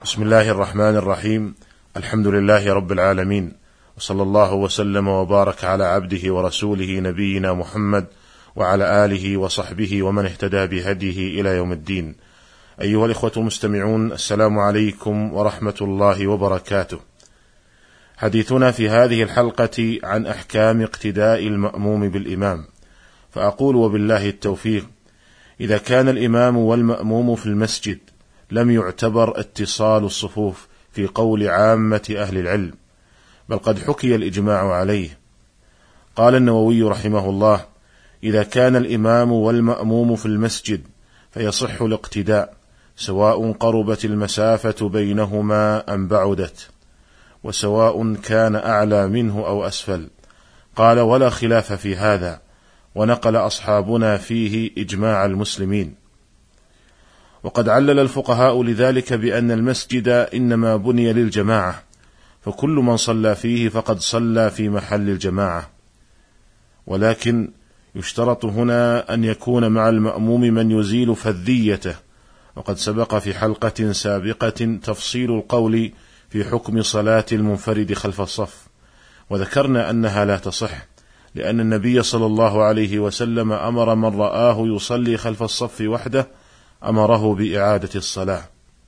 بسم الله الرحمن الرحيم. الحمد لله رب العالمين، وصلى الله وسلم وبارك على عبده ورسوله نبينا محمد وعلى آله وصحبه ومن اهتدى بهديه إلى يوم الدين. أيها الإخوة المستمعون، السلام عليكم ورحمة الله وبركاته. حديثنا في هذه الحلقة عن أحكام اقتداء المأموم بالإمام، فأقول وبالله التوفيق: إذا كان الإمام والمأموم في المسجد لم يعتبر اتصال الصفوف في قول عامة أهل العلم، بل قد حكي الإجماع عليه. قال النووي رحمه الله: إذا كان الإمام والمأموم في المسجد فيصح الاقتداء، سواء قربت المسافة بينهما أم بعدت، وسواء كان أعلى منه أو أسفل. قال: ولا خلاف في هذا، ونقل أصحابنا فيه إجماع المسلمين. وقد علل الفقهاء لذلك بأن المسجد إنما بني للجماعة، فكل من صلى فيه فقد صلى في محل الجماعة، ولكن يشترط هنا أن يكون مع المأموم من يزيل فذيته، وقد سبق في حلقة سابقة تفصيل القول في حكم صلاة المنفرد خلف الصف، وذكرنا أنها لا تصح، لأن النبي صلى الله عليه وسلم أمر من رآه يصلي خلف الصف وحده أمره بإعادة الصلاة.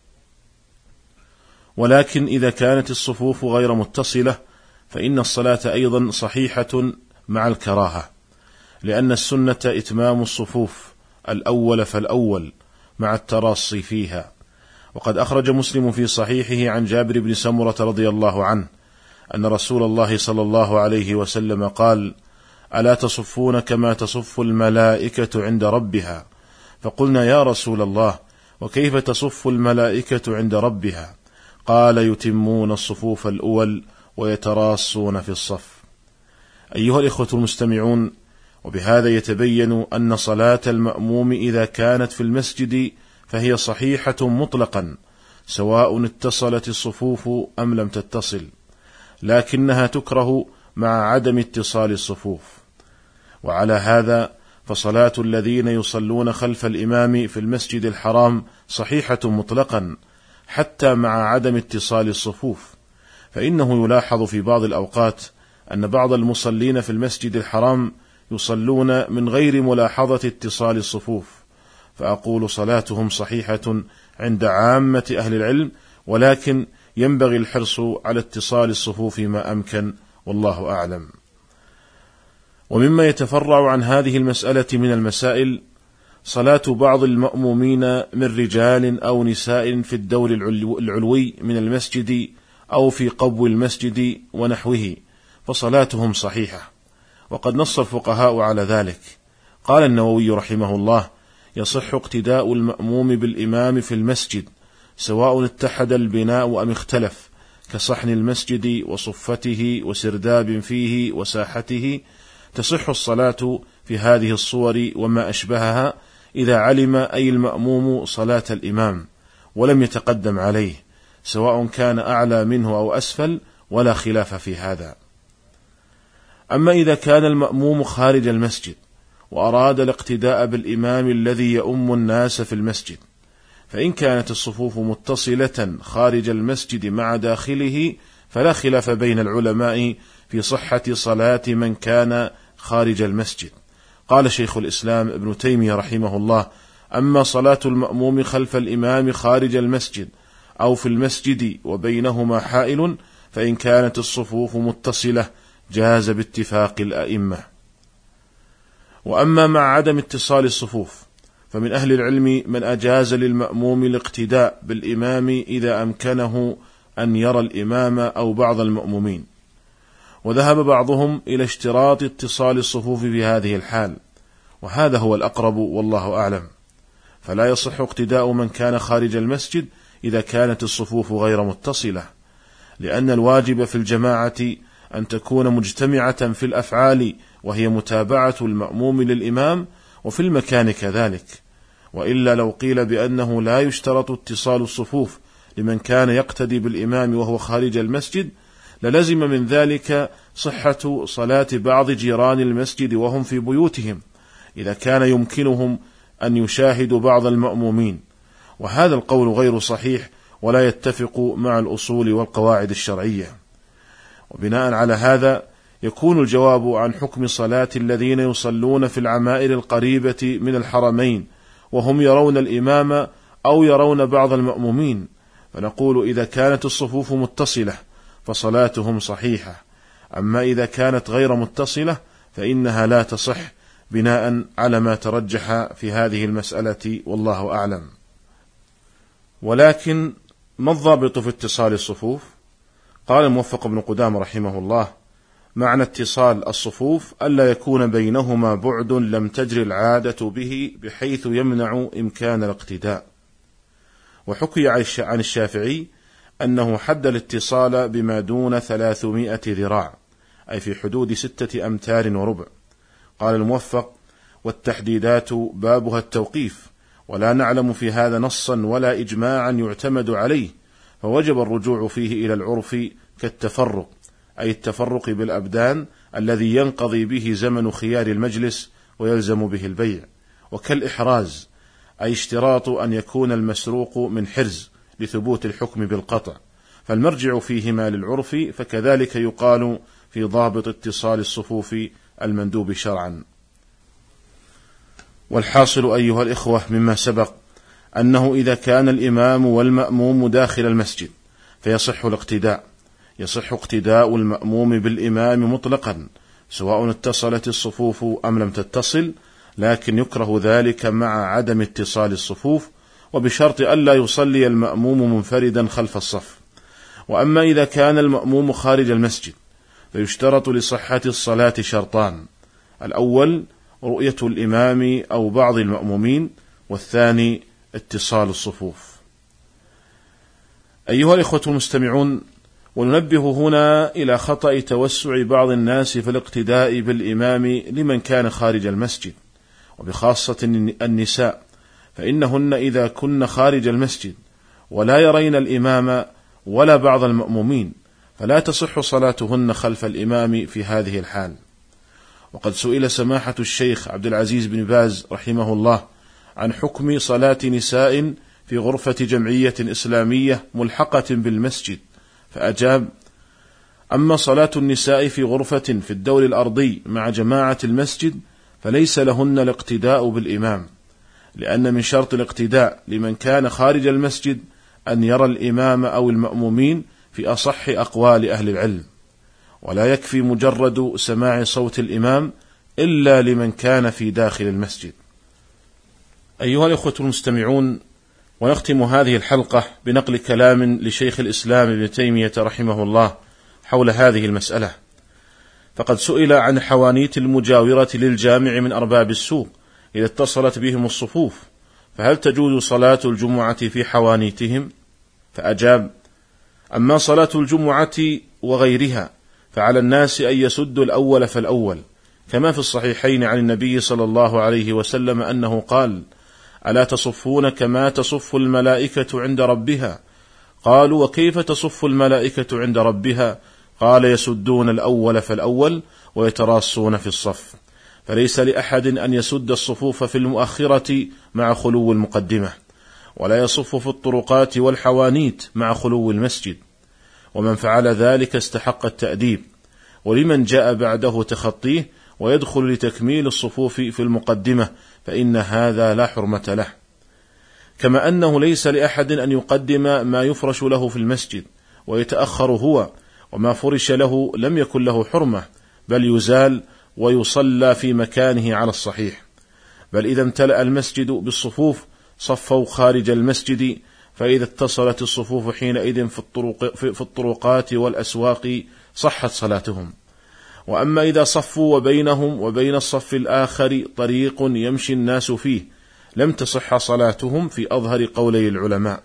ولكن إذا كانت الصفوف غير متصلة فإن الصلاة أيضا صحيحة مع الكراهة، لأن السنة إتمام الصفوف الأول فالأول مع التراصي فيها. وقد أخرج مسلم في صحيحه عن جابر بن سمرة رضي الله عنه أن رسول الله صلى الله عليه وسلم قال: ألا تصفون كما تصف الملائكة عند ربها؟ فقلنا: يا رسول الله، وكيف تصف الملائكة عند ربها؟ قال: يتمون الصفوف الأول ويتراصون في الصف. أيها الإخوة المستمعون، وبهذا يتبين أن صلاة المأموم إذا كانت في المسجد فهي صحيحة مطلقا، سواء اتصلت الصفوف أم لم تتصل، لكنها تكره مع عدم اتصال الصفوف. وعلى هذا فصلاة الذين يصلون خلف الإمام في المسجد الحرام صحيحة مطلقا حتى مع عدم اتصال الصفوف، فإنه يلاحظ في بعض الأوقات أن بعض المصلين في المسجد الحرام يصلون من غير ملاحظة اتصال الصفوف، فأقول صلاتهم صحيحة عند عامة أهل العلم، ولكن ينبغي الحرص على اتصال الصفوف ما أمكن، والله أعلم. ومما يتفرع عن هذه المسألة من المسائل صلاة بعض المأمومين من رجال أو نساء في الدور العلوي من المسجد أو في قبو المسجد ونحوه، فصلاتهم صحيحة، وقد نص الفقهاء على ذلك. قال النووي رحمه الله: يصح اقتداء المأموم بالإمام في المسجد، سواء اتحد البناء أم اختلف، كصحن المسجد وصفته وسرداب فيه وساحته. تصح الصلاة في هذه الصور وما أشبهها إذا علم أي المأموم صلاة الإمام ولم يتقدم عليه، سواء كان أعلى منه أو أسفل، ولا خلاف في هذا. أما إذا كان المأموم خارج المسجد وأراد الاقتداء بالإمام الذي يؤم الناس في المسجد، فإن كانت الصفوف متصلة خارج المسجد مع داخله فلا خلاف بين العلماء في صحة صلاة من كان خارج المسجد. قال شيخ الإسلام ابن تيمية رحمه الله: أما صلاة المأموم خلف الإمام خارج المسجد أو في المسجد وبينهما حائل، فإن كانت الصفوف متصلة جاز باتفاق الأئمة. وأما مع عدم اتصال الصفوف فمن أهل العلم من أجاز للمأموم الاقتداء بالإمام إذا أمكنه أن يرى الإمام أو بعض المأمومين، وذهب بعضهم إلى اشتراط اتصال الصفوف في هذه الحال، وهذا هو الأقرب والله أعلم. فلا يصح اقتداء من كان خارج المسجد إذا كانت الصفوف غير متصلة، لأن الواجب في الجماعة أن تكون مجتمعة في الأفعال، وهي متابعة المأموم للإمام، وفي المكان كذلك. وإلا لو قيل بأنه لا يشترط اتصال الصفوف لمن كان يقتدي بالإمام وهو خارج المسجد، للزم من ذلك صحة صلاة بعض جيران المسجد وهم في بيوتهم، إذا كان يمكنهم أن يشاهدوا بعض المأمومين، وهذا القول غير صحيح ولا يتفق مع الأصول والقواعد الشرعية. وبناء على هذا يكون الجواب عن حكم صلاة الذين يصلون في العمائر القريبة من الحرمين وهم يرون الإمام أو يرون بعض المأمومين، فنقول إذا كانت الصفوف متصلة فصلاتهم صحيحة، أما إذا كانت غير متصلة فإنها لا تصح بناء على ما ترجح في هذه المسألة، والله أعلم. ولكن ما الضابط في اتصال الصفوف؟ قال الموفق بن قدامة رحمه الله: معنى اتصال الصفوف ألا يكون بينهما بعد لم تجري العادة به بحيث يمنع إمكان الاقتداء. وحكي عن الشافعي أنه حد الاتصال بما دون 300 ذراع، أي في حدود 6 أمتار وربع. قال الموفق: والتحديدات بابها التوقيف، ولا نعلم في هذا نصا ولا إجماعا يعتمد عليه، فوجب الرجوع فيه إلى العرف كالتفرق، أي التفرق بالأبدان الذي ينقضي به زمن خيار المجلس ويلزم به البيع، وكالإحراز، أي اشتراط أن يكون المسروق من حرز لثبوت الحكم بالقطع، فالمرجع فيهما للعرف، فكذلك يقال في ضابط اتصال الصفوف المندوب شرعا. والحاصل أيها الإخوة مما سبق أنه إذا كان الإمام والمأموم داخل المسجد فيصح الاقتداء، يصح اقتداء المأموم بالإمام مطلقا سواء اتصلت الصفوف أم لم تتصل، لكن يكره ذلك مع عدم اتصال الصفوف، وبشرط ألا يصلي المأموم منفردا خلف الصف. وأما إذا كان المأموم خارج المسجد فيشترط لصحة الصلاة شرطان: الأول رؤية الإمام أو بعض المأمومين، والثاني اتصال الصفوف. أيها الإخوة المستمعون، وننبه هنا إلى خطأ توسع بعض الناس في الاقتداء بالإمام لمن كان خارج المسجد، وبخاصة النساء، فإنهن إذا كن خارج المسجد ولا يرين الإمام ولا بعض المأمومين فلا تصح صلاتهن خلف الإمام في هذه الحال. وقد سئل سماحة الشيخ عبد العزيز بن باز رحمه الله عن حكم صلاة نساء في غرفة جمعية إسلامية ملحقة بالمسجد، فأجاب: أما صلاة النساء في غرفة في الدور الأرضي مع جماعة المسجد فليس لهن الاقتداء بالإمام، لأن من شرط الاقتداء لمن كان خارج المسجد أن يرى الإمام أو المأمومين في أصح أقوال أهل العلم، ولا يكفي مجرد سماع صوت الإمام إلا لمن كان في داخل المسجد. أيها الإخوة المستمعون، ونختم هذه الحلقة بنقل كلام لشيخ الإسلام ابن تيمية رحمه الله حول هذه المسألة. فقد سئل عن حوانيت المجاورة للجامع من أرباب السوق إذا اتصلت بهم الصفوف، فهل تجوز صلاة الجمعة في حوانيتهم؟ فأجاب: أما صلاة الجمعة وغيرها فعلى الناس أن يسدوا الأول فالأول، كما في الصحيحين عن النبي صلى الله عليه وسلم أنه قال: ألا تصفون كما تصف الملائكة عند ربها؟ قالوا: وكيف تصف الملائكة عند ربها؟ قال: يسدون الأول فالأول ويتراصون في الصف. فليس لأحد أن يسد الصفوف في المؤخرة مع خلو المقدمة، ولا يصف في الطرقات والحوانيت مع خلو المسجد، ومن فعل ذلك استحق التأديب، ولمن جاء بعده تخطيه ويدخل لتكميل الصفوف في المقدمة فإن هذا لا حرمة له. كما أنه ليس لأحد أن يقدم ما يفرش له في المسجد ويتأخر هو، وما فرش له لم يكن له حرمة، بل يزال ويصلى في مكانه على الصحيح. بل إذا امتلأ المسجد بالصفوف صفوا خارج المسجد، فإذا اتصلت الصفوف حينئذ في الطرقات والأسواق صحت صلاتهم. وأما إذا صفوا وبينهم وبين الصف الآخر طريق يمشي الناس فيه لم تصح صلاتهم في أظهر قولي العلماء.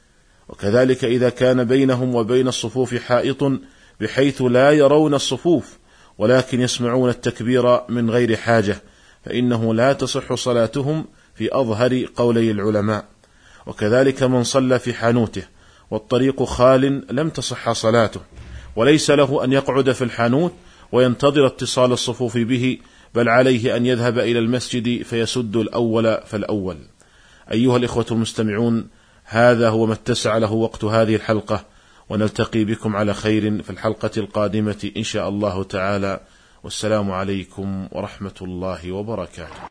وكذلك إذا كان بينهم وبين الصفوف حائط بحيث لا يرون الصفوف ولكن يسمعون التكبير من غير حاجة فإنه لا تصح صلاتهم في أظهر قولي العلماء. وكذلك من صلى في حانوته والطريق خال لم تصح صلاته، وليس له أن يقعد في الحانوت وينتظر اتصال الصفوف به، بل عليه أن يذهب إلى المسجد فيسد الأول فالأول. أيها الإخوة المستمعون، هذا هو ما اتسع له وقت هذه الحلقة، ونلتقي بكم على خير في الحلقة القادمة إن شاء الله تعالى، والسلام عليكم ورحمة الله وبركاته.